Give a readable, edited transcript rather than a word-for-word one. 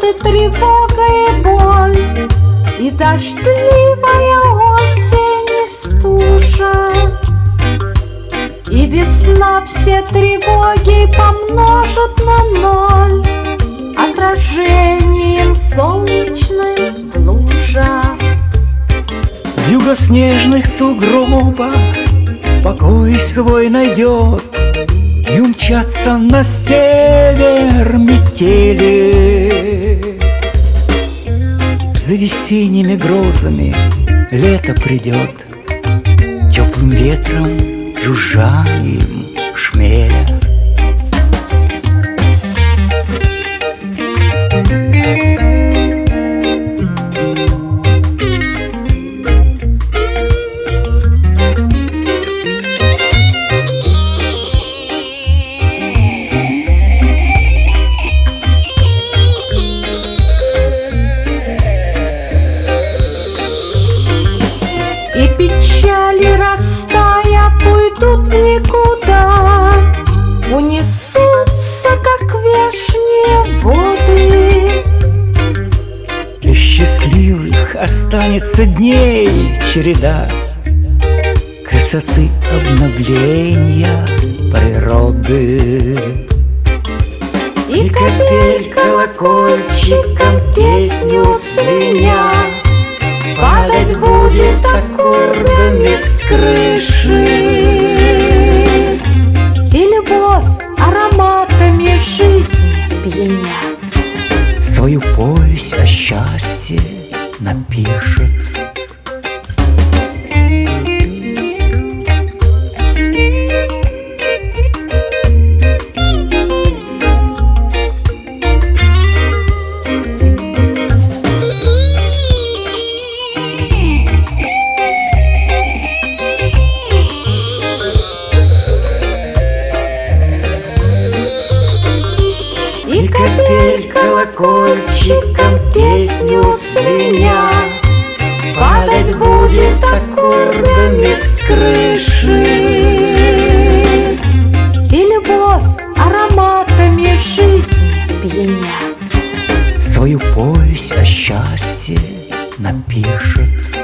и тревога, и боль, и дождливая осень, и стужа, и весна все тревоги помножит на ноль отражением солнечным в лужах. В югоснежных сугробах покой свой найдет, и умчатся на север метели. За весенними грозами лето придет, теплым ветром, жужжанием шмеля. И печали, растая, уйдут никуда, унесутся, как вешние воды. И счастливых останется дней череда красоты обновления природы. И капель колокольчиком песню звеня падать будет аккордами с крыши. И любовь ароматами жизни пьяня свою повесть о счастье напишет. И капель колокольчиком песню звеня падать будет аккордами с крыши. И любовь ароматами жизни пьяня Свою повесть о счастье напишет.